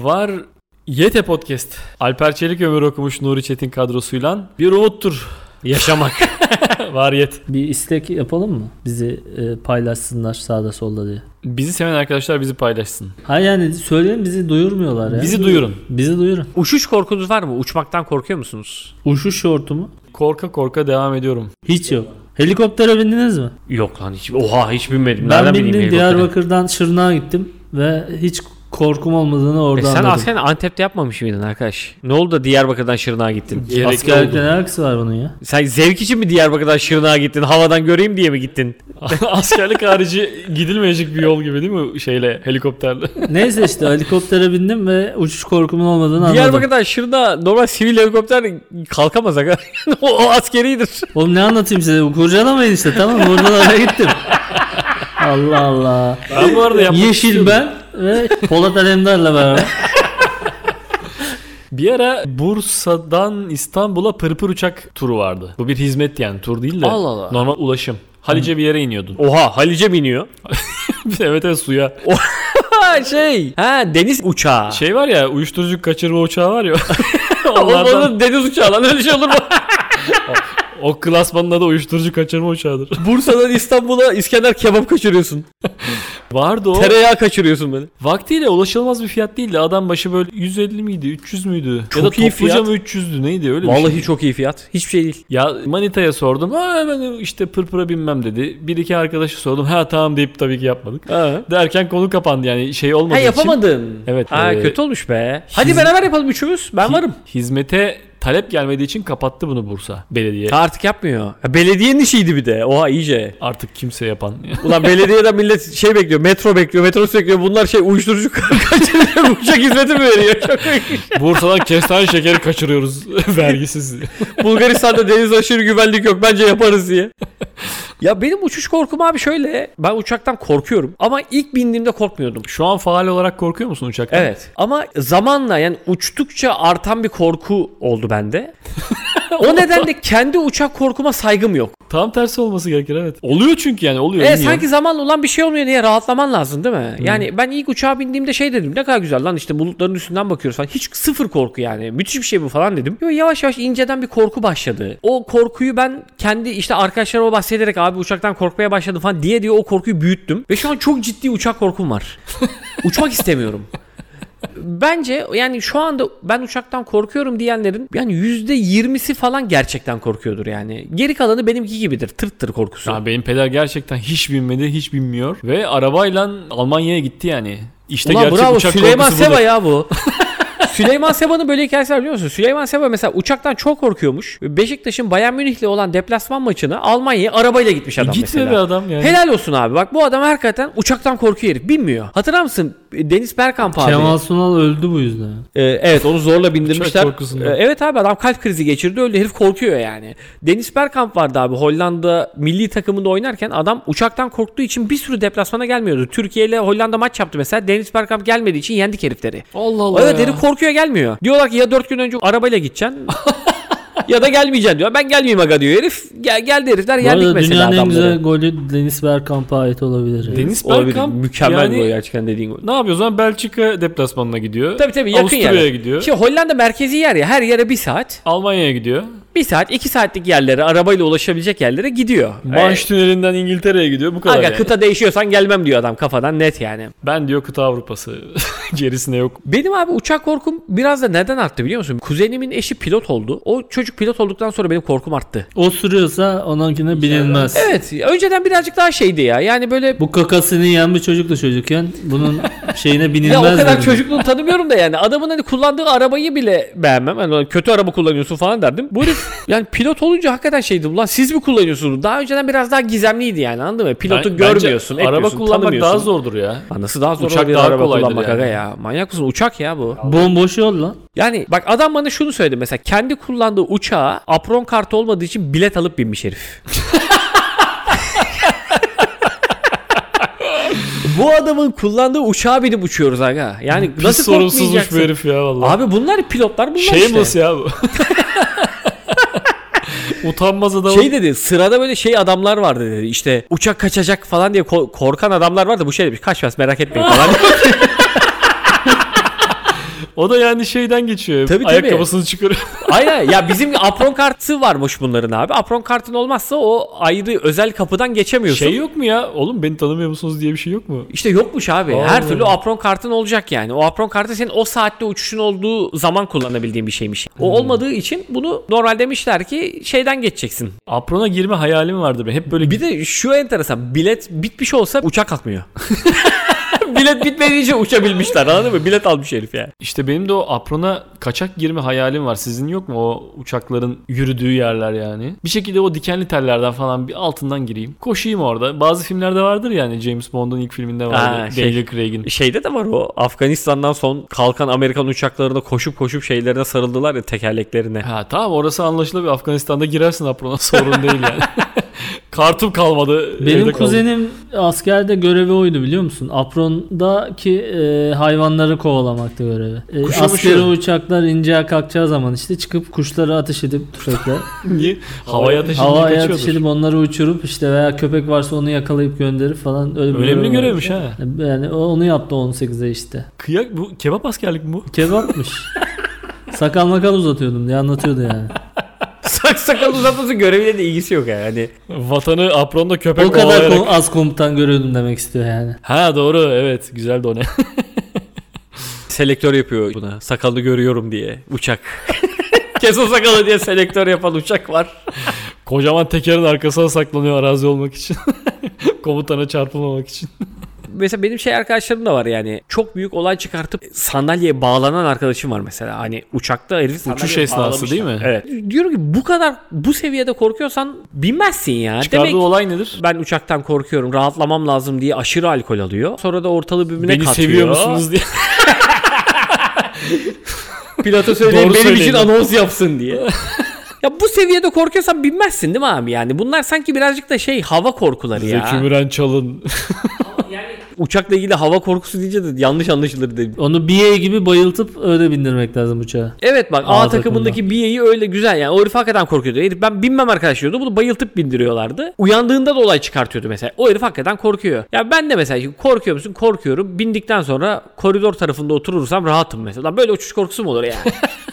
Var YT Podcast. Alper Çelik ömür okumuş Nuri Çetin kadrosuyla bir umuttur yaşamak. Var yet. Bir istek yapalım mı? Bizi paylaşsınlar sağda solda diye. Bizi seven arkadaşlar bizi paylaşsın. Ha yani söyleyin, bizi duyurmuyorlar ya. Bizi duyurun. Bizi duyurun. Uçuş korkunuz var mı? Uçmaktan korkuyor musunuz? Uçuş şortu mu? Korka korka devam ediyorum. Hiç yok. Helikoptere bindiniz mi? Yok lan hiç. Oha hiç binmedim. Ben bindim, Diyarbakır'dan Şırnak'a gittim ve hiç korkum olmadığını orada sen anladım. aslen Antep'te yapmamış mıydın arkadaş? Ne oldu da Diyarbakır'dan Şırnak'a gittin? Askerlikle ne alakası var bunun ya? Sen zevk için mi Diyarbakır'dan Şırnak'a gittin? Havadan göreyim diye mi gittin? Askerlik harici gidilmeyecek bir yol gibi değil mi? Helikopterle. Neyse işte helikoptere bindim ve uçuş korkumun olmadığını anladım. Diyarbakır'dan Şırnak'a normal sivil helikopter kalkamaz aga. o askeridir. Oğlum ne anlatayım size? Kurcalamayın işte, tamam mı? Oradan oraya gittim. Allah Allah. Ben bu arada yapmak Yeşil istiyorum. ben ve Polat Alemdar'la beraber. Bir ara Bursa'dan İstanbul'a pırpır uçak turu vardı. Bu bir hizmet yani, tur değil de. Allah Allah. Normal ulaşım. Halice bir yere iniyordun. Oha Halice mi iniyor? evet suya. Deniz uçağı. Şey var ya, uyuşturucu kaçırma uçağı var ya. Onlardan... Onun deniz uçağı lan, öyle şey olur mu? O klasmanın adı uyuşturucu kaçırma uçağıdır. Bursa'dan İstanbul'a İskender kebap kaçırıyorsun. Vardı o. Tereyağı kaçırıyorsun böyle. Vaktiyle ulaşılmaz bir fiyat değildi. Adam başı böyle 150 miydi, 300 müydü? Çok ya da iyi topluca fiyat. mı 300'dü neydi öyle bir Vallahi şey. çok iyi fiyat. Hiçbir şey değil. Ya manitaya sordum. Ben işte pırpıra binmem dedi. Bir iki arkadaşı sordum. Ha tamam deyip tabii ki yapmadık. Ha. Derken konu kapandı yani, şey olmadığı için. Yapamadın. Evet. Kötü olmuş be. Hadi beraber yapalım üçümüz. Ben varım. Hizmete talep gelmediği için kapattı bunu Bursa Belediye. Artık yapmıyor. Belediyenin işiydi bir de. Oha iyice. Artık kimse yapan. Ulan belediyeden millet şey bekliyor. Metro bekliyor. Metrobüs bekliyor. Bunlar uyuşturucu kaçırıyor. Uçak hizmeti mi veriyor? Çok Bursa'dan kestane şekeri kaçırıyoruz vergisiz. Bulgaristan'da deniz aşırı güvenlik yok. Bence yaparız diye. Ya benim uçuş korkum abi şöyle. Ben uçaktan korkuyorum. Ama ilk bindiğimde korkmuyordum. Şu an faal olarak korkuyor musun uçaktan? Evet. Ama zamanla yani uçtukça artan bir korku oldu bende. O nedenle kendi uçak korkuma saygım yok. Tam tersi olması gerekir, evet. Oluyor çünkü yani oluyor. Sanki zamanla olan bir şey olmuyor diye rahatlaman lazım değil mi? Yani ben ilk uçağa bindiğimde şey dedim. Ne kadar güzel lan, işte bulutların üstünden bakıyoruz falan. Hiç sıfır korku yani. Müthiş bir şey bu falan dedim. Yavaş yavaş inceden bir korku başladı. O korkuyu ben kendi işte arkadaşlarıma bahsederek abi uçaktan korkmaya başladım falan diye o korkuyu büyüttüm. Ve şu an çok ciddi uçak korkum var. Uçmak istemiyorum. Bence yani şu anda ben uçaktan korkuyorum diyenlerin yani %20'si falan gerçekten korkuyordur yani. Geri kalanı benimki gibidir. Tırt tır korkusu. Ya benim peder gerçekten hiç binmedi, hiç binmiyor. Ve arabayla Almanya'ya gitti yani. İşte ulan gerçek bravo, uçak Süleyman korkusu Seba budur. ya bu. Süleyman Seba'nın böyle hikayesi var biliyor musun? Süleyman Seba mesela uçaktan çok korkuyormuş. Beşiktaş'ın Bayern Münih'le olan deplasman maçına Almanya'ya arabayla gitmiş adam Gitme mesela. be adam yani. Helal olsun abi. Bak bu adam hakikaten uçaktan korkuyor herif. Bilmiyor. Hatırlar mısın? Deniz Bergkamp abi. Kemal Sunal öldü bu yüzden. Evet, onu zorla bindirmişler. korkusundan. Evet abi, adam kalp krizi geçirdi, öldü, herif korkuyor yani. Deniz Bergkamp vardı abi, Hollanda milli takımında oynarken adam uçaktan korktuğu için bir sürü deplasmana gelmiyordu. Türkiye ile Hollanda maç yaptı mesela. Deniz Bergkamp gelmediği için yendik herifleri. Allah Allah Evet, ya. herif korkuyor, gelmiyor. Diyorlar ki ya 4 gün önce arabayla gideceksin ya da gelmeyeceksin diyor. Ben gelmeyeyim aga diyor herif. Geldi herifler, yendik mesela dünyanın adamları. en güzel golü Deniz Bergkamp'a ait olabilir. Deniz Olabilir. Bergkamp Mükemmel yani, gol gerçekten dediğin gol. ne yapıyor o zaman? Belçika deplasmanına gidiyor. Tabii yakın Avusturya'ya yer. gidiyor. Ki Hollanda merkezi yer ya, her yere 1 saat. Almanya'ya gidiyor. 1 saat 2 saatlik yerlere, arabayla ulaşabilecek yerlere gidiyor. Manş tünelinden İngiltere'ye gidiyor. Bu kadar Aga yani. kıta değişiyorsan gelmem diyor adam, kafadan net yani. Ben diyor kıta Avrupa'sı. Gerisine yok. Benim abi uçak korkum biraz da neden arttı biliyor musun? Kuzenimin eşi pilot oldu. O çocuk pilot olduktan sonra benim korkum arttı. O sürüyorsa onunkine binilmez. Evet, önceden birazcık daha şeydi ya. Yani böyle Bu kakasını yiyen bir çocuktu çocukken. Bunun şeyine binilmez. ya o kadar dedim. çocukluğunu tanımıyorum da yani adamın hani kullandığı arabayı bile beğenmem. Yani kötü araba kullanıyorsun falan derdim. Bu herif yani pilot olunca hakikaten şeydi. Ulan siz mi kullanıyorsunuz? Daha önceden biraz daha gizemliydi yani, anladın mı? Pilotu görmüyorsun, Bence araba etmiyorsun, kullanmak tanımıyorsun. daha zordur ya. Nasıl daha zor Uçak olabilir daha araba kolaydır kullanmak yani. aga ya? Manyak mısın? Uçak ya bu. Bomboş yol lan. Yani bak adam bana şunu söyledi mesela, kendi kullandığı uçağa apron kartı olmadığı için bilet alıp binmiş herif. Bu adamın kullandığı uçağa binip uçuyoruz aga. Yani Pis nasıl sorumsuzmuş korkmayacaksın? bu herif ya vallahi. Abi bunlar pilotlar, bunlar Shameless işte. ya bu. Utanmaz adam. Şey dedi, sırada böyle şey adamlar vardı dedi. İşte uçak kaçacak falan diye korkan adamlar vardı. Bu şey demiş, kaçmaz merak etmeyin falan. O da yani şeyden geçiyor. Tabii. Ayakkabısını çıkarıyor. Aynen ya, bizim apron kartı varmış bunların abi. Apron kartın olmazsa o ayrı özel kapıdan geçemiyorsun. Şey yok mu ya? Oğlum beni tanımıyor musunuz diye bir şey yok mu? İşte yokmuş abi. Allah Her türlü Allah. apron kartın olacak yani. O apron kartı senin o saatte uçuşun olduğu zaman kullanabildiğin bir şeymiş. O olmadığı için bunu normal demişler ki şeyden geçeceksin. Aprona girme hayalim vardı benim. Hep böyle Bir de şu enteresan, bilet bitmiş olsa uçak kalkmıyor. Bilet bitmediğince uçabilmişler, anladın mı? Bilet almış herif yani. İşte benim de o aprona kaçak girme hayalim var. Sizin yok mu o uçakların yürüdüğü yerler yani? Bir şekilde o dikenli tellerden falan bir altından gireyim. Koşayım orada. Bazı filmlerde vardır yani. James Bond'un ilk filminde vardı. Daniel Craig'in. Şeyde de var o. Afganistan'dan son kalkan Amerikan uçaklarına koşup şeylerine sarıldılar ya, tekerleklerine. Ha tamam, orası anlaşılır. Aafganistan'da girersin aprona, sorun değil yani. Kartım kalmadı. Benim evde kuzenim askerde görevi oydu, biliyor musun? Aprondaki hayvanları kovalamaktı görevi. Kuşu Askeri muşu. uçaklar ineceğe kalkacağı zaman işte çıkıp kuşları ateş edip tüfekle kaldı. Niye? Havaya ateş edince havaya kaçıyordur. ateş edip onları uçurup işte, veya köpek varsa onu yakalayıp gönderip falan, öyle bir Önemli görev görevmiş vardı. ha. Yani onu yaptı 18'de işte. Kıyak bu kebap askerlik mi bu? Kebapmış. Sakal makal uzatıyordum diye anlatıyordu yani. Sakal uzatması göreviyle de ilgisi yok yani. Hani Vatanı apronda köpek O kadar kovalayarak. az komutan görüyordum demek istiyor yani. Ha doğru, evet, güzel de o ne. selektör yapıyor buna. Sakalını görüyorum diye uçak. Kes o sakalı diye selektör yapan uçak var. Kocaman tekerin arkasına saklanıyor arazi olmak için. Komutana çarpılmamak için. Mesela benim arkadaşlarım da var yani. Çok büyük olay çıkartıp sandalyeye bağlanan arkadaşım var mesela. Hani uçakta herifi sandalyeye Uçuş esnası bağlamışlar. değil mi? Evet. Diyorum ki bu kadar, bu seviyede korkuyorsan binmezsin ya. Çıkardığı Demek olay nedir? ben uçaktan korkuyorum, rahatlamam lazım diye aşırı alkol alıyor. Sonra da ortalığı birbirine Beni katıyor. seviyor musunuz diye. Pilota söyleyin Doğru benim için söyleyin. anons yapsın diye. Ya bu seviyede korkuyorsan binmezsin değil mi abi yani? Bunlar sanki birazcık da hava korkuları ya. Zeki Müren Çalın. Uçakla ilgili hava korkusu deyince de yanlış anlaşılır dedim. Onu BA gibi bayıltıp öyle bindirmek lazım uçağa. Evet bak, A A takımındaki BA'yı öyle güzel yani. O herif hakikaten korkuyordu. Herif ben binmem arkadaş diyordu. Bunu bayıltıp bindiriyorlardı. Uyandığında da olay çıkartıyordu mesela. O herif hakikaten korkuyor. Ya ben de mesela korkuyor musun? Korkuyorum. Bindikten sonra koridor tarafında oturursam rahatım mesela. Lan böyle uçuş korkusu mu olur yani?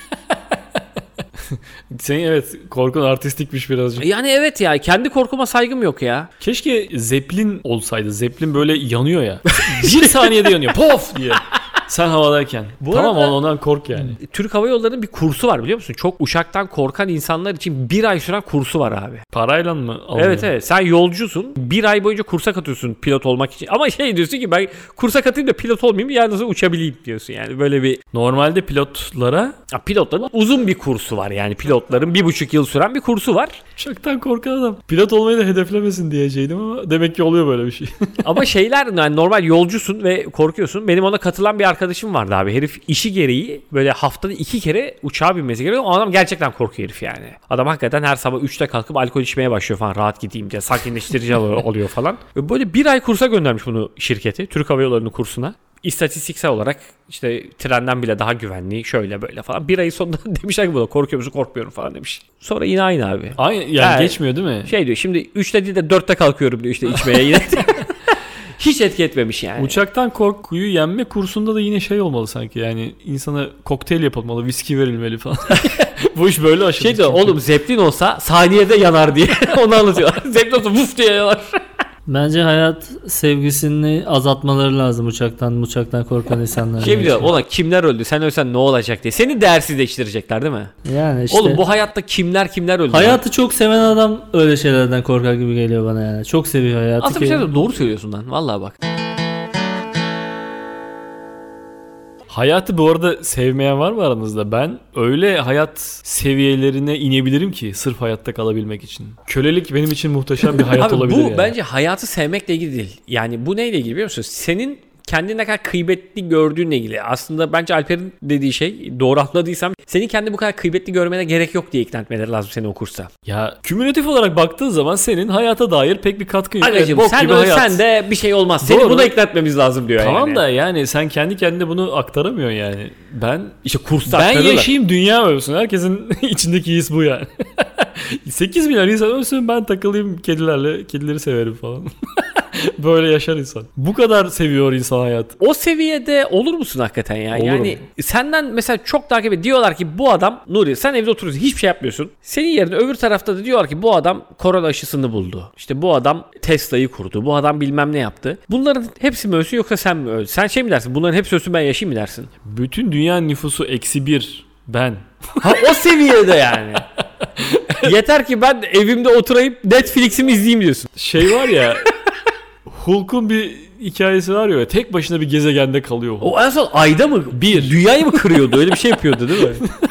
Senin evet korkun artistikmiş birazcık. Yani evet ya, kendi korkuma saygım yok ya. Keşke Zeppelin olsaydı. Zeppelin böyle yanıyor ya. Bir saniyede yanıyor. Pof diye. Sen havadayken. Bu Tamam, arada- ondan kork yani. Türk Hava Yolları'nın bir kursu var biliyor musun? Çok uçaktan korkan insanlar için 1 ay süren kursu var abi. Parayla mı alınıyor? Evet sen yolcusun, 1 ay boyunca kursa katıyorsun pilot olmak için. Ama diyorsun ki ben kursa katayım da pilot olmayayım, yarın nasıl uçabileyim diyorsun yani. Böyle bir Normalde pilotlara pilotların uzun bir kursu var yani, pilotların 1,5 yıl süren bir kursu var. uçaktan korkan adam. Pilot olmayı da hedeflemesin diyeceydim ama demek ki oluyor böyle bir şey. Ama yani normal yolcusun ve korkuyorsun. Benim ona katılan bir arkadaşım vardı abi. Herif işi gereği böyle haftada 2 kere uçağa binmesi gerekiyor. O adam gerçekten korkuyor herif yani. Adam hakikaten her sabah 3'te kalkıp alkol içmeye başlıyor falan, rahat gideyim diye. Sakinleştirici oluyor falan. Ve böyle 1 ay kursa göndermiş bunu şirketi. Türk Hava Yolları'nın kursuna. İstatistiksel olarak işte trenden bile daha güvenli, şöyle böyle falan. 1 ay sonunda demişler ki buna korkuyor musun? Korkmuyorum falan demiş. Sonra yine aynı abi. Aynı yani Ha, geçmiyor değil mi? Diyor şimdi 3'te değil de 4'te kalkıyorum diyor işte içmeye yine. Hiç etki etmemiş yani. Uçaktan korkuyu yenme kursunda da yine olmalı sanki. Yani insana kokteyl yapılmalı, viski verilmeli falan. Bu iş böyle aşılır. Diyor oğlum, Zeppelin olsa saniyede yanar diye onu anlatıyorlar. Zeppelin olsa vuf diye yanar. Bence hayat sevgisini azaltmaları lazım uçaktan korkan insanlar. Diyor ola kimler öldü, sen ölsen ne olacak diye. Seni değersizleştirecekler değil mi? Yani işte. Oğlum bu hayatta kimler öldü. Hayatı çok seven adam öyle şeylerden korkar gibi geliyor bana yani. Çok seviyor hayatı. Aslında bir şey de doğru söylüyorsun lan. Vallahi bak. Hayatı bu arada sevmeyen var mı aranızda? Ben öyle hayat seviyelerine inebilirim ki sırf hayatta kalabilmek için. Kölelik benim için muhteşem bir hayat Abi olabilir bu yani. bence hayatı sevmekle ilgili değil. Yani bu neyle ilgili biliyor musun? Senin kendini ne kadar kıymetli gördüğünle ilgili. Aslında bence Alper'in dediği şey, doğru anladıysam, senin kendini bu kadar kıymetli görmene gerek yok diye ikna etmeleri lazım seni o kursa. Ya kümülatif olarak baktığın zaman senin hayata dair pek bir katkın yok. Anneciğim bok sen gibi ölsen hayat. de bir şey olmaz. Seni Doğru. buna ikna etmemiz lazım diyor Tamam yani. da yani sen kendi kendine bunu aktaramıyorsun yani. Ben İşte kursta ben aktarırlar. yaşayayım, dünya ölsün. Herkesin içindeki his bu yani. 8 milyar insan ölsün, ben takılayım kedilerle, kedileri severim falan. Böyle yaşar insan. Bu kadar seviyor insan hayatı. O seviyede olur musun hakikaten ya? Olurum. Yani senden mesela çok takip ediyor. Diyorlar ki bu adam Nuri sen evde oturuyorsun hiçbir şey yapmıyorsun. Senin yerine öbür tarafta da diyorlar ki bu adam korona aşısını buldu. İşte bu adam Tesla'yı kurdu. Bu adam bilmem ne yaptı. Bunların hepsi mi ölsün yoksa sen mi öl? Sen şey mi dersin? Bunların hepsi ölsün ben yaşayayım mı dersin? Bütün dünya nüfusu -1. Ben. Ha o seviyede yani. Yeter ki ben evimde oturayım Netflix'imi izleyeyim diyorsun. Şey var ya Hulk'un bir hikayesi var ya tek başına bir gezegende kalıyor Hulk. O en son ayda mı? Dünyayı mı kırıyordu? Öyle bir şey yapıyordu değil mi?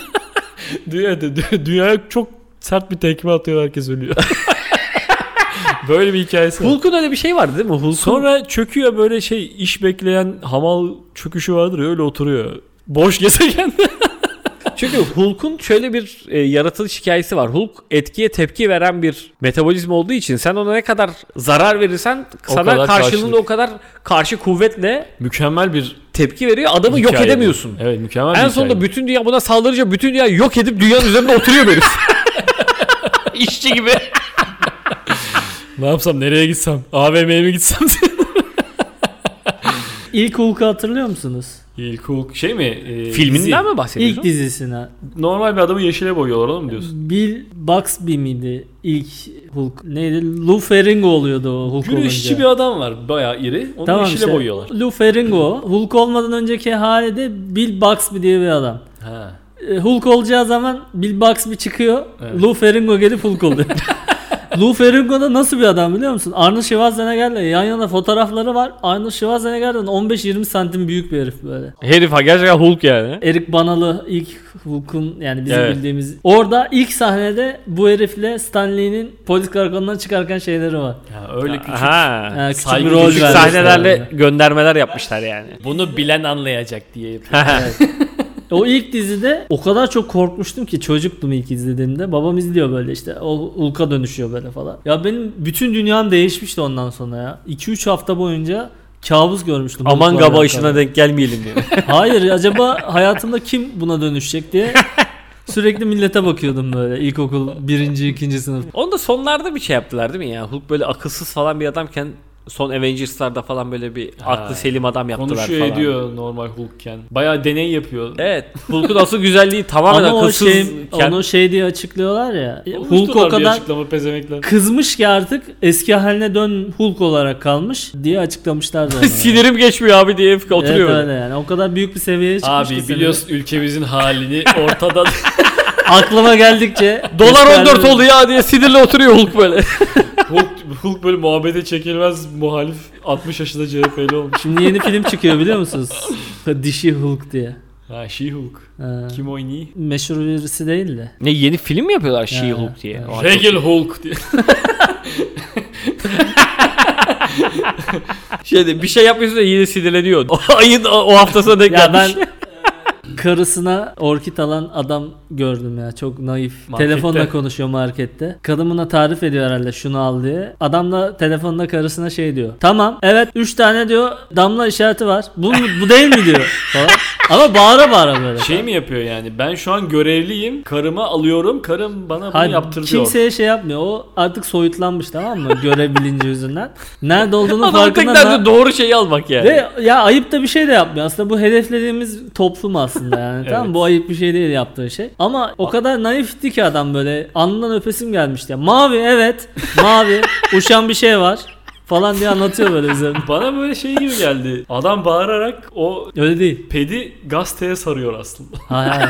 Dünyaya çok sert bir tekme atıyor herkes ölüyor. Böyle bir hikayesi var. Hulk'un öyle bir şey vardı değil mi? Hulk'un... Sonra çöküyor böyle iş bekleyen hamal çöküşü vardır ya öyle oturuyor. Boş gezegende. Çünkü Hulk'un şöyle bir yaratılış hikayesi var. Hulk etkiye tepki veren bir metabolizma olduğu için sen ona ne kadar zarar verirsen sana kadar karşılığında karşılık. o kadar karşı kuvvetle Mükemmel bir tepki veriyor. Adamı yok hikaye bu. edemiyorsun. Evet mükemmel En bir sonunda hikaye. bütün dünya buna saldırınca bütün dünya yok edip dünyanın üzerinde oturuyor böyle. İşçi gibi. Ne yapsam nereye gitsem? AVM'ye mi gitsem? İlk Hulk'u hatırlıyor musunuz? İlk Hulk şey mi? Filminden dizi. mi bahsediyorsun? İlk dizisine. Normal bir adamı yeşile boyuyorlar onu mu diyorsun? Bill Buxby miydi ilk Hulk? Neydi? Lou Ferrigno oluyordu o Hulk olunca. Güneşçi bir adam var bayağı iri. Onu Tamam yeşile işte, boyuyorlar. Lou Ferrigno. Hulk olmadan önceki hali de Bill Buxby diye bir adam. Ha. Hulk olacağı zaman Bill Buxby çıkıyor. Evet. Lou Ferrigno gelip Hulk oluyor. Lou Ferrigno da nasıl bir adam biliyor musun? Arnold Schwarzenegger'le yan yana fotoğrafları var. Arnold Schwarzenegger'den 15-20 santim büyük bir herif böyle. Herif ha gerçekten Hulk yani. Eric Banalı ilk Hulk'un yani bizim Evet. bildiğimiz. Orada ilk sahnede bu herifle Stan Lee'nin polis karakolundan çıkarken şeyleri var. Ya öyle küçük. Ha. Yani küçük Saygı bir rol Küçük vermişler sahnelerle yani. göndermeler yapmışlar yani. Bunu bilen anlayacak diye yapıyor. O ilk dizide o kadar çok korkmuştum ki çocuktum ilk izlediğimde. Babam izliyor böyle işte o Hulk'a dönüşüyor böyle falan. Ya benim bütün dünyam değişmişti ondan sonra ya. 2-3 hafta boyunca kabus görmüştüm. Aman Hulk'la gaba alakalı. işine denk gelmeyelim diye. Hayır acaba hayatımda kim buna dönüşecek diye sürekli millete bakıyordum böyle ilkokul 1. 2. sınıf. Onu da sonlarda bir şey yaptılar değil mi ya? Hulk böyle akılsız falan bir adamken son Avengers'larda falan böyle bir aklı selim adam yaptılar Konuşuyor falan. ediyor normal Hulk'ken. Bayağı deney yapıyor. Evet. Hulk'un asıl güzelliği tamamen Ama akılsızken. onu şey diye açıklıyorlar ya. Hulk Bulmuştular o bir kadar açıklama pezemekler. kızmış ki artık eski haline dön Hulk olarak kalmış diye açıklamışlardı onu. Sinirim geçmiyor abi diye oturuyor. Evet böyle. öyle yani. O kadar büyük bir seviyeye çıkmış ki Abi senin. biliyorsun ülkemizin halini ortada. Aklıma geldikçe Dolar 14 gösterdim. oldu ya diye sinirle oturuyor Hulk böyle. Hulk böyle muhabbete çekilmez muhalif 60 yaşında CHP'li olmuş. Şimdi yeni film çıkıyor biliyor musunuz? Dişi Hulk diye. Ha She-Hulk. Ha. Kim oynuyor? Meşhur birisi değil de. Ne yeni film mi yapıyorlar Ha, She-Hulk diye? evet. Aa, çok- Regel Hulk diye. bir şey yapmıyorsun da yine sinirleniyor. O ayın o haftasına denk Ya ben gelmiş. karısına orkid alan adam gördüm ya. Çok naif. Markette. Telefonla konuşuyor markette. Kadın buna tarif ediyor herhalde şunu al diye. Adam da telefonda karısına şey diyor. Tamam evet 3 tane diyor damla işareti var. Bu değil mi diyor falan. Ama bağıra bağıra böyle. Şey mi yapıyor yani? Ben şu an görevliyim. Karımı alıyorum. Karım bana bunu Hayır, yaptır diyor. kimseye şey yapmıyor. O artık soyutlanmış tamam mı? Görev bilinci yüzünden. Nerede olduğunu Adamın tek farkında derdi doğru şeyi almak yani. ve ya ayıp da bir şey de yapmıyor. Aslında bu hedeflediğimiz toplum aslında yani. Tamam mı? Bu ayıp bir şey değil yaptığı şey. Ama o kadar naifti ki adam böyle alnından öpesim gelmişti. Ya. Mavi evet. Mavi. Uçan bir şey var. Falan diye anlatıyor böyle bize. Bana böyle şey gibi geldi. Adam bağırarak o Öyle değil. pedi gazeteye sarıyor aslında. Hayır hayır.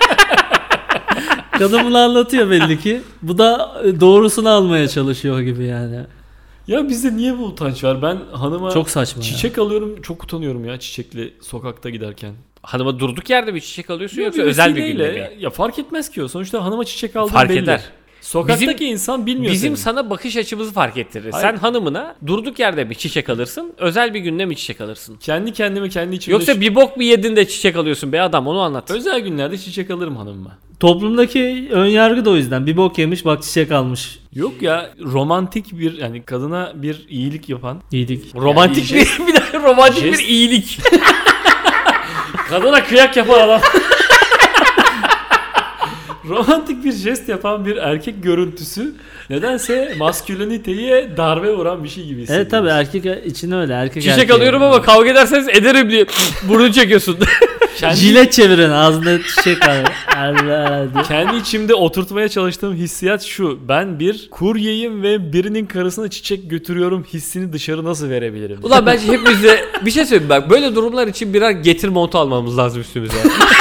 Kadın bunu anlatıyor belli ki. Bu da doğrusunu almaya çalışıyor gibi yani. Ya bizde niye bu utanç var? Ben hanıma Çok saçma ya. çiçek alıyorum. Çok utanıyorum ya çiçekli sokakta giderken. Hanıma durduk yerde bir çiçek alıyorsun yoksa bir özel bir vesileyle- günde mi? Ya fark etmez ki o. Sonuçta hanıma çiçek aldığım Fark belli. eder. Sokaktaki insan bilmiyor Bizim seni. sana bakış açımızı fark ettirir. Hayır. Sen hanımına durduk yerde mi çiçek alırsın, özel bir günde mi çiçek alırsın? Kendi kendime kendi içimde Yoksa bir bok mu yedin de çiçek alıyorsun be adam onu anlat. özel günlerde çiçek alırım hanımıma. Toplumdaki ön yargı da o yüzden. Bir bok yemiş bak çiçek almış. Yok ya romantik bir yani kadına bir iyilik yapan. İyiydik. Romantik Yani bir dakika romantik jest- bir iyilik. Kadına kıyak yapan adam. romantik bir jest yapan bir erkek görüntüsü nedense masküleniteye darbe vuran bir şey gibi hissediyorum. Evet tabii erkek için öyle. Erkek Çiçek erkeğe. alıyorum ama kavga ederseniz ederim diye burnu çekiyorsun. Jilet çeviren ağzında çiçek var. Allah. Kendi içimde oturtmaya çalıştığım hissiyat şu. Ben bir kuryeyim ve birinin karısına çiçek götürüyorum hissini dışarı nasıl verebilirim? Ulan bence hepimize bir şey söyleyeyim bak. Böyle durumlar için birer getir montu almamız lazım üstümüze.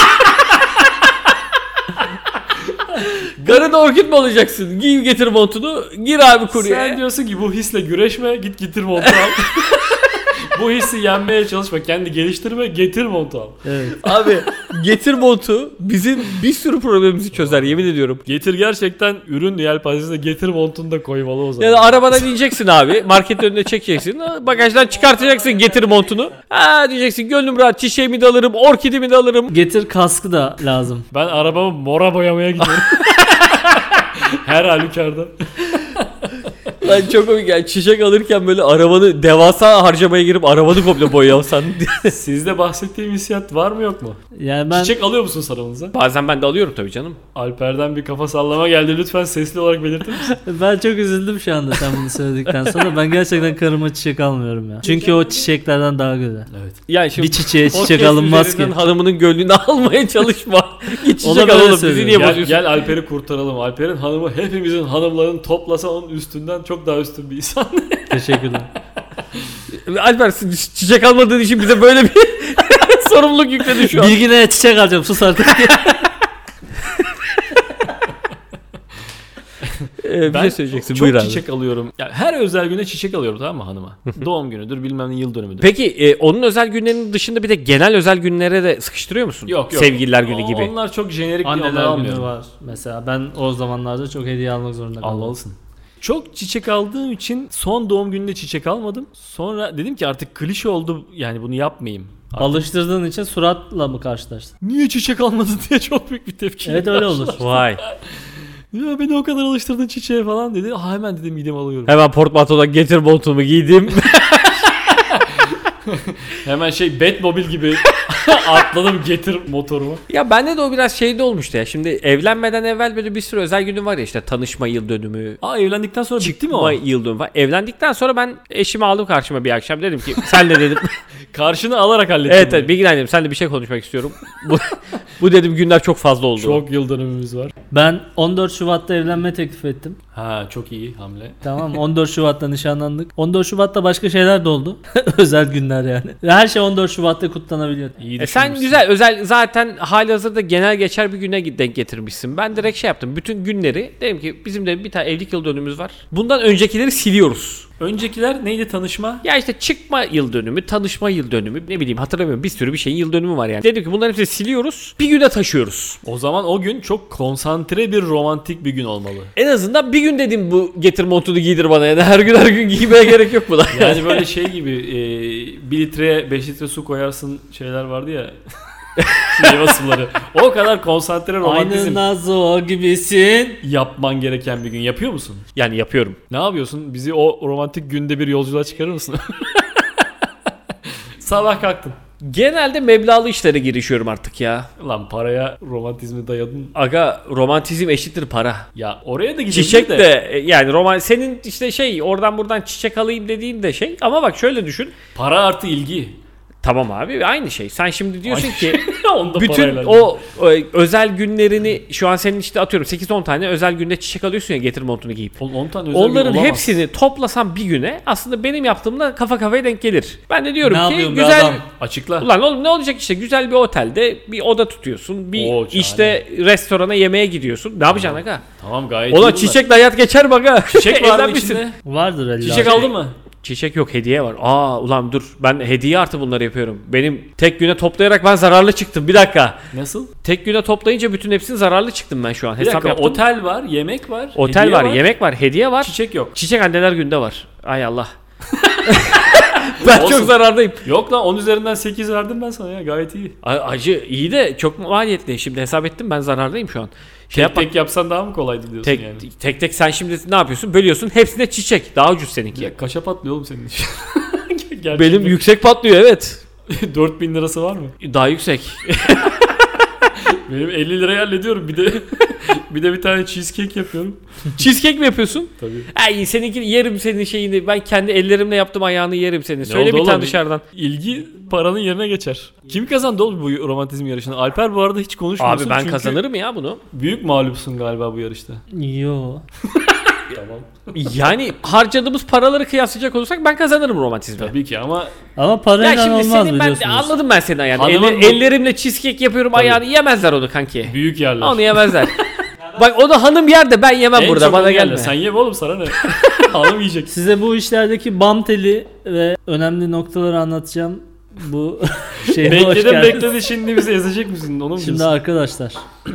Garına orkid mi olacaksın? Giy getir montunu. Gir abi kuryeye. Sen diyorsun ki bu hisle güreşme, git getir montu al. Bu hissi yenmeye çalışma, kendi geliştirme, getir montu al. Evet. Abi getir montu bizim bir sürü problemimizi çözer yemin ediyorum. Getir gerçekten ürün yelpazesine getir montunu da koymalı o zaman. Ya da arabadan ineceksin abi. Marketin önüne çekeceksin. Bagajdan çıkartacaksın getir montunu. Ha diyeceksin gönlüm rahat çiçeğimi de alırım, orkidimi de alırım. Getir kaskı da lazım. Ben arabamı mora boyamaya gidiyorum. Her halükarda. Lan çok komik yani çiçek alırken böyle arabanı devasa harcamaya girip arabanı komple boyasan. Sizde bahsettiğim hissiyat var mı yok mu? Yani ben Çiçek alıyor musun sarımıza? Bazen ben de alıyorum tabii canım. Alper'den bir kafa sallama geldi. Lütfen sesli olarak belirtir misin? ben çok üzüldüm şu anda sen bunu söyledikten sonra. Ben gerçekten karıma çiçek almıyorum ya. Çünkü o çiçeklerden daha güzel. Evet. Yani şimdi Bir çiçeğe çiçek podcast alınmaz ki. üzerinden hanımının gönlünü almaya çalışma. Git Ona çiçek böyle alalım bizi söylüyorum. niye Gel, bozuyorsun? gel Alper'i kurtaralım. Alper'in hanımı hepimizin hanımlarını toplasa onun üstünden çok daha üstün bir insan. Teşekkürler. Alper çiçek almadığın için bize böyle bir sorumluluk yükledi şu an. Bilgine çiçek alacağım sus artık. Bir Ben şey söyleyeceksin çok buyur abi. çiçek alıyorum. Yani her özel güne çiçek alıyorum tamam mı hanıma? Doğum günüdür bilmem ne yıl dönümüdür. Peki onun özel günlerinin dışında bir de genel özel günlere de sıkıştırıyor musun? Yok yok. Sevgililer günü gibi. Onlar çok jenerik bir onlar Anneler günü almıyorum. var. Mesela ben o zamanlarda çok hediye almak zorunda kaldım. Almalısın. Çok çiçek aldığım için son doğum gününde çiçek almadım. Sonra dedim ki artık klişe oldu yani bunu yapmayayım. Artık Alıştırdığın için suratla mı karşılaştın? niye çiçek almadın diye çok büyük bir tepki. Evet öyle olur. Vay. Ya beni o kadar alıştırdın çiçeğe falan dedi. Hemen dedim midem alıyorum. Hemen portmantodan getir montumu giydim. Hemen Batmobil gibi atladım getir motorumu. Ya bende de o biraz şeyde olmuştu ya. Şimdi evlenmeden evvel böyle bir sürü özel günüm var ya işte tanışma yıl dönümü. Evlendikten sonra bitti mi o? Yıl dönümü var. Evlendikten sonra ben eşimi aldım karşıma bir akşam dedim ki senle dedim. Karşını alarak hallettim. evet evet Bilgin dedim senle bir şey konuşmak istiyorum. Bu dedim günler çok fazla oldu. Çok yıl dönümümüz var. Ben 14 Şubat'ta evlenme teklif ettim. Ha çok iyi hamle. Tamam 14 Şubat'ta nişanlandık. 14 Şubat'ta başka şeyler de oldu. Özel günler yani. Her şey 14 Şubat'ta kutlanabiliyor. İyi Sen düşünmüşsün. güzel özel zaten halihazırda genel geçer bir güne denk getirmişsin. Ben direkt şey yaptım. Bütün günleri dedim ki bizim de bir tane evlilik yıl dönümümüz var. Bundan öncekileri siliyoruz. Öncekiler neydi tanışma? Ya işte çıkma yıl dönümü, tanışma yıl dönümü, ne bileyim hatırlamıyorum bir sürü bir şeyin yıl dönümü var yani. Dedim ki bunların hepsini siliyoruz, bir güne taşıyoruz. O zaman o gün çok konsantre bir romantik bir gün olmalı. En azından bir gün dedim bu getir montunu giydir bana yani her gün giymeye gerek yok buna. Yani böyle şey gibi 1 litreye 5 litre su koyarsın şeyler vardı ya. Meyve suları. O kadar konsantre Aynı romantizm Nazo gibisin. yapman gereken bir gün. Yapıyor musun? Yani yapıyorum. Ne yapıyorsun? Bizi o romantik günde bir yolculuğa çıkarır mısın? Sabah kalktın. Genelde meblağlı işlere girişiyorum artık ya. Lan paraya romantizmi dayadın. Aga romantizm eşittir para. Ya oraya da gidelim Çiçek de yani senin işte oradan buradan çiçek alayım dediğin de şey ama bak şöyle düşün. Para artı ilgi. Tamam abi aynı şey. Sen şimdi diyorsun ki Onda bütün parayla. o özel günlerini şu an senin işte atıyorum 8-10 tane özel günde çiçek alıyorsun ya getir montunu giyip. 10 tane özel Onların gün olamaz. hepsini toplasam bir güne aslında benim yaptığımda kafa kafaya denk gelir. Ben de diyorum Ne ki yapıyorsun be güzel adam? Açıkla. ulan oğlum ne olacak işte güzel bir otelde bir oda tutuyorsun. Bir Oo, şahane. işte restorana yemeğe gidiyorsun. Ne yapacaksın aga? Tamam gayet Ulan iyi bunlar. çiçekle hayat geçer mi aga? Çiçek var mı Evlenmişsin. içinde? Vardır illa. Çiçek aldın mı? Çiçek yok hediye var. Ulan dur ben hediye artı bunları yapıyorum. Benim tek güne toplayarak ben zararlı çıktım. Bir dakika. Nasıl? Tek güne toplayınca bütün hepsini zararlı çıktım ben şu an. Bir Hesap dakika yaptım. otel var, yemek var, Otel hediye var, yemek var, hediye var. çiçek yok. Çiçek anneler günde var. Ay Allah. ben Olsun. çok zarardayım. Yok lan 10 üzerinden 8 verdim ben sana ya gayet iyi. Acı iyi de çok maliyetli. Şimdi hesap ettim ben zarardayım şu an. Tek yapsan daha mı kolaydı diyorsun tek, yani. tek sen şimdi ne yapıyorsun? Bölüyorsun. Hepsine çiçek. Daha ucuz seninki. Ya kaşa patlıyor oğlum senin için. Gerçekten. Benim yüksek patlıyor evet. 4000 lirası var mı? Daha yüksek. Benim 50 liraya hallediyorum bir de Bir de bir tane cheesecake yapıyorum. Cheesecake mi yapıyorsun? Tabii. Ay seninki yerim senin şeyini. Ben kendi ellerimle yaptım ayağını yerim senin. Söyle oldu bir tane oğlum? dışarıdan. İlgi paranın yerine geçer. Kim kazandı oğlum bu romantizm yarışını? Alper bu arada hiç konuşmuyorsun. Abi ben çünkü kazanırım ya bunu. büyük mağlupsun galiba bu yarışta. Yo. Tamam. Yani harcadığımız paraları kıyaslayacak olursak ben kazanırım romantizmi. Tabii ki ama Ama Ya parayla şimdi olmaz senin ben biliyorsunuz. anladım ben seni yani. Hanımın bu- Ellerimle cheesecake yapıyorum Tabii. ayağını yemezler onu kanki. büyük yerler. Onu yemezler. Bak o da hanım yer de ben yemem En burada çok bana onu yerler. gelme. Sen ye oğlum sana ne? Hanım yiyecek. Size bu işlerdeki bam teli ve önemli noktaları anlatacağım. Bu şeyde hoş Bekledim geldiniz. bekledi şimdi bizi ezecek misin? Onu mu Şimdi diyorsun? arkadaşlar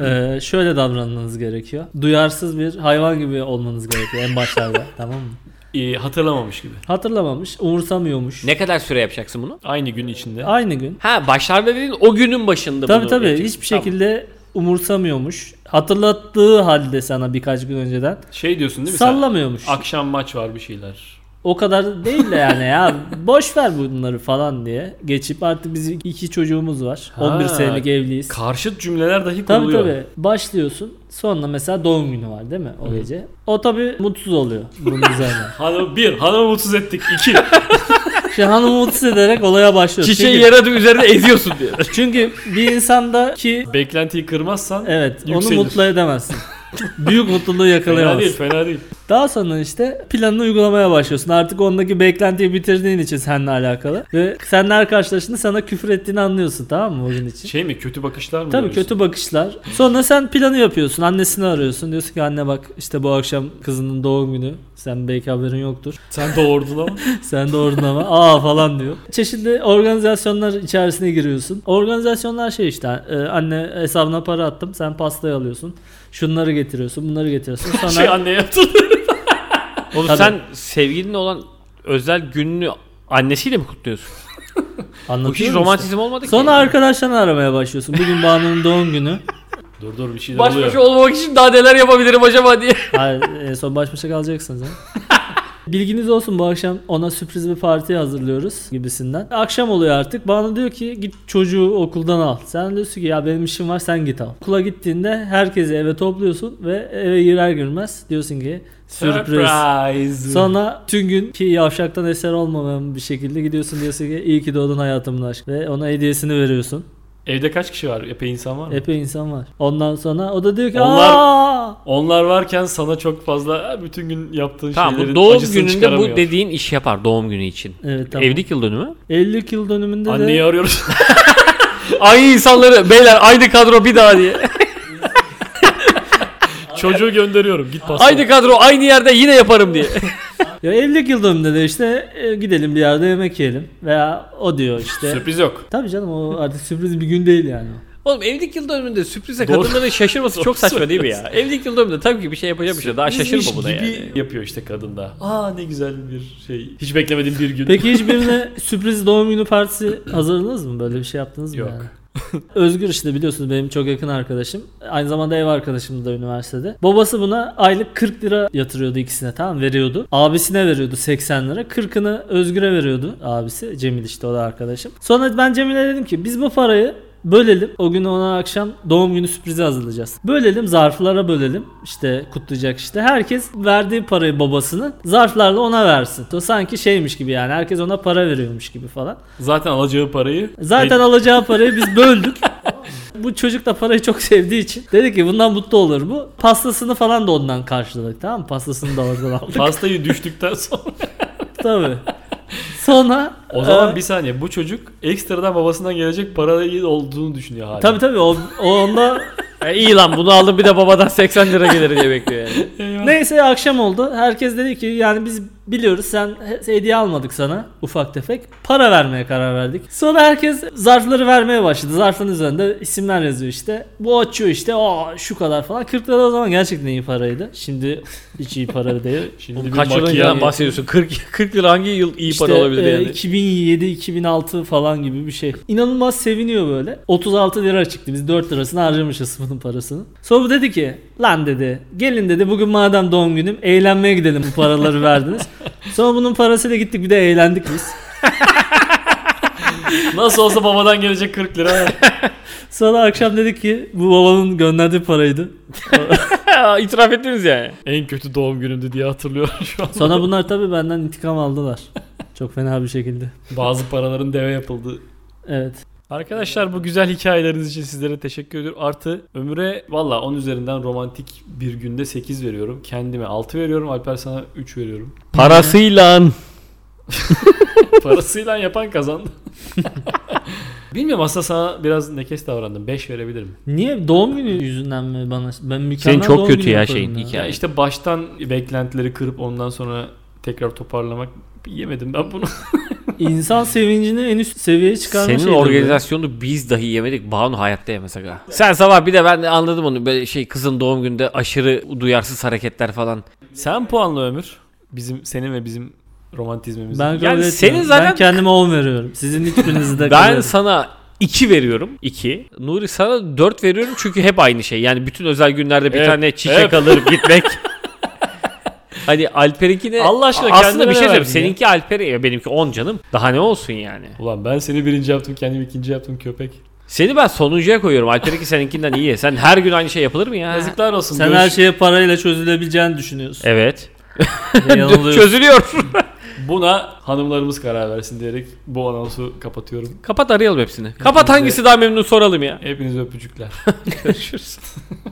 şöyle davranmanız gerekiyor. Duyarsız bir hayvan gibi olmanız gerekiyor en başlarda, tamam mı? Hatırlamamış gibi. Hatırlamamış, umursamıyormuş. Ne kadar süre yapacaksın bunu? Aynı gün içinde. Aynı gün. Ha başlarda dediğin o günün başında Tabii bunu tabii yapacaksın. hiçbir Tamam. şekilde umursamıyormuş. Hatırlattığı halde sana birkaç gün önceden Şey diyorsun değil mi sen? sallamıyormuş. Akşam maç var bir şeyler. O kadar değil de yani ya boş ver bunları falan diye geçip artık bizim 2 çocuğumuz var. Ha, 11 senelik evliyiz. Karşıt cümleler dahi Tabii kuruluyor. tabii. Başlıyorsun. Sonra mesela doğum günü var değil mi o gece? O tabii mutsuz oluyor bunun üzerine. Hanımı mutsuz ettik. 2. İşte hanımı mutsuz ederek olaya başlıyor. Çiçeği Çünkü- yere üzerine eziyorsun diye. Çünkü bir insandaki Beklentiyi kırmazsan evet yükselir. onu mutlu edemezsin. Büyük mutluluğu Fena değil, yakalayamazsın. fena değil. Daha sonra işte planını uygulamaya başlıyorsun. Artık ondaki beklentiyi bitirdiğin için seninle alakalı. Ve seninle her karşılaştığında sana küfür ettiğini anlıyorsun, tamam mı o gün için? Şey mi, kötü bakışlar mı? Tabii görüyorsun? kötü bakışlar. Sonra sen planı yapıyorsun. Annesini arıyorsun. Diyorsun ki anne bak işte bu akşam kızının doğum günü. Sen belki haberin yoktur. Sen doğurdun ama. Sen doğurdun ama aa falan diyor. Çeşitli organizasyonlar içerisine giriyorsun. Organizasyonlar şey işte anne hesabına para attım. Sen pastayı alıyorsun. Şunları getiriyorsun, bunları getiriyorsun. Sonra Şey anne yaptın. Oğlum Tabii. sen sevgilinle olan özel gününü annesiyle mi kutluyorsun? Bu anlatıyorum hiç işte. romantizm olmadı ki. Sonra arkadaşlarını aramaya başlıyorsun. Bugün Banu'nun doğum günü. Dur bir şeyler Baş oluyor. başa olmamak için daha neler yapabilirim acaba diye. Hayır, en son baş başa kalacaksınız ha. Bilginiz olsun, bu akşam ona sürpriz bir parti hazırlıyoruz gibisinden. Akşam oluyor artık. Bana diyor ki git çocuğu okuldan al. Sen diyorsun ki ya benim işim var, sen git al. Okula gittiğinde herkesi eve topluyorsun ve eve girer girmez diyorsun ki sürpriz. Surprise. Sonra tüm gün ki yavşaktan eser olmayan bir şekilde gidiyorsun, diyorsun ki iyi ki doğdun hayatımın aşkı ve ona hediyesini veriyorsun. Evde kaç kişi var? Epey insan var mı? Epey insan var. Ondan sonra o da diyor ki Onlar- aa! Onlar varken sana çok fazla bütün gün yaptığın Tamam şeylerin bu doğum acısını gününde çıkaramıyor. bu dediğin iş yapar doğum günü için. Evet tamam. Evlilik yıl dönümü. 50 yıl dönümünde Anneyi de arıyoruz. Aynı insanları beyler aynı kadro bir daha diye. Çocuğu gönderiyorum. Git pasta. Aynı kadro aynı yerde yine yaparım diye. ya evlilik yıl dönümünde de işte gidelim bir yerde yemek yiyelim veya o diyor işte. Sürpriz yok. Tabii canım, o artık sürpriz bir gün değil yani. Oğlum evlilik yıl dönümünde sürprize Doğru. kadınların şaşırması çok saçma değil mi ya? Evlilik yıl dönümünde tabii ki bir şey yapacak bir şey. Daha şaşırma Sürprizmiş buna gibi yani. yapıyor işte kadın da. Aa ne güzel bir şey. Hiç beklemediğim bir gün. Peki hiçbirine sürpriz doğum günü partisi hazırladınız mı? Böyle bir şey yaptınız mı Yok. yani? Özgür işte biliyorsunuz benim çok yakın arkadaşım. Aynı zamanda ev arkadaşım da üniversitede. Babası buna aylık 40 lira yatırıyordu ikisine, tamam, veriyordu. Abisine veriyordu 80 lira. 40'ını Özgür'e veriyordu abisi. Cemil işte, o da arkadaşım. Sonra ben Cemil'e dedim ki biz bu parayı bölelim. O gün ona akşam doğum günü sürprizi hazırlayacağız. Bölelim, zarflara bölelim. İşte kutlayacak işte. Herkes verdiği parayı babasının zarflarla ona versin. O sanki şeymiş gibi yani. Herkes ona para veriyormuş gibi falan. Zaten alacağı parayı. Zaten alacağı parayı biz böldük. Bu çocuk da parayı çok sevdiği için dedi ki bundan mutlu olur bu. Pastasını falan da ondan karşıladık, tamam mı? Pastasını da oradan aldık. Pastayı düştükten sonra. Tabii. Sonra O zaman bir saniye, bu çocuk ekstradan babasından gelecek parayı olduğunu düşünüyor hala. tabii o onda İyi lan bunu aldım bir de babadan 80 lira gelir diye bekliyor yani. Eyvah. neyse akşam oldu. Herkes dedi ki yani biz biliyoruz sen hediye almadık sana ufak tefek. Para vermeye karar verdik. Sonra herkes zarfları vermeye başladı. Zarfın üzerinde isimler yazıyor işte. Bu açıyor işte şu kadar falan. 40 lira o zaman gerçekten iyi paraydı. Şimdi hiç iyi para değil. Şimdi Oğlum bir kaç yıl makyaj- önceden bahsediyorsun? 40 lira hangi yıl iyi İşte, para olabilir yani? 2007-2006 falan gibi bir şey. İnanılmaz seviniyor böyle. 36 lira çıktı. Biz 4 lirasını harcamışız bunun parasını. Sonra bu dedi ki lan dedi gelin dedi bugün madem doğum günüm eğlenmeye gidelim, bu paraları verdiniz. Sonra bunun parasıyla gittik bir de eğlendik biz. Nasıl olsa babadan gelecek 40 lira. Sonra akşam dedik ki bu babanın gönderdiği paraydı. İtiraf ettiniz yani. En kötü doğum günümdü diye hatırlıyorum şu an. Sonra bunlar tabii benden intikam aldılar. Çok fena bir şekilde. Bazı paraların deve yapıldı. Evet. Arkadaşlar bu güzel hikayeleriniz için sizlere teşekkür ediyorum. Artı Ömür'e valla 10 üzerinden romantik bir günde 8 veriyorum. Kendime 6 veriyorum. Alper sana 3 veriyorum. Parasıyla. Parasıyla yapan kazandı. Bilmiyorum, aslında sana biraz nekes davrandım. 5 verebilirim. Niye? Doğum günü yüzünden mi bana? Ben mükemmel Senin çok doğum kötü günü ya yaparım şeyin ya. hikaye. Ya işte baştan beklentileri kırıp ondan sonra tekrar toparlamak, yemedim ben bunu. İnsan sevincini en üst seviyeye çıkarma Senin şeyidir bu. organizasyonu biz dahi yemedik. Banu hayatta yemez aga. Sen sabah bir de ben de anladım onu. Böyle kızın doğum günde aşırı duyarsız hareketler falan. Sen puanla Ömür. Senin ve bizim romantizmimiz. Ben Yani kabul etmiyorum. senin zaten- Ben kendime 10 veriyorum. Sizin hiçbirinizi de Ben kabul sana 2 veriyorum. 2. Nuri sana 4 veriyorum çünkü hep aynı şey. Yani bütün özel günlerde bir Evet, tane çiçek evet. alır gitmek. Hani Alper'inkine Allah aşkına aslında kendine bir şey ne söyleyeyim. verdin Seninki Alper'e benimki 10 canım. Daha ne olsun yani. Ulan ben seni birinci yaptım, kendimi ikinci yaptım köpek. Seni ben sonuncuya koyuyorum. Alper'inki seninkinden iyi. Sen her gün aynı şey yapılır mı ya? Yazıklar olsun. Sen her şeye parayla çözülebileceğini düşünüyorsun. Evet. Yanılıyorsun. Çözülüyor. Buna hanımlarımız karar versin diyerek bu anonsu kapatıyorum. Kapat arayalım hepsini. Kapat hangisi daha memnun soralım ya. Hepinize öpücükler. Görüşürüz.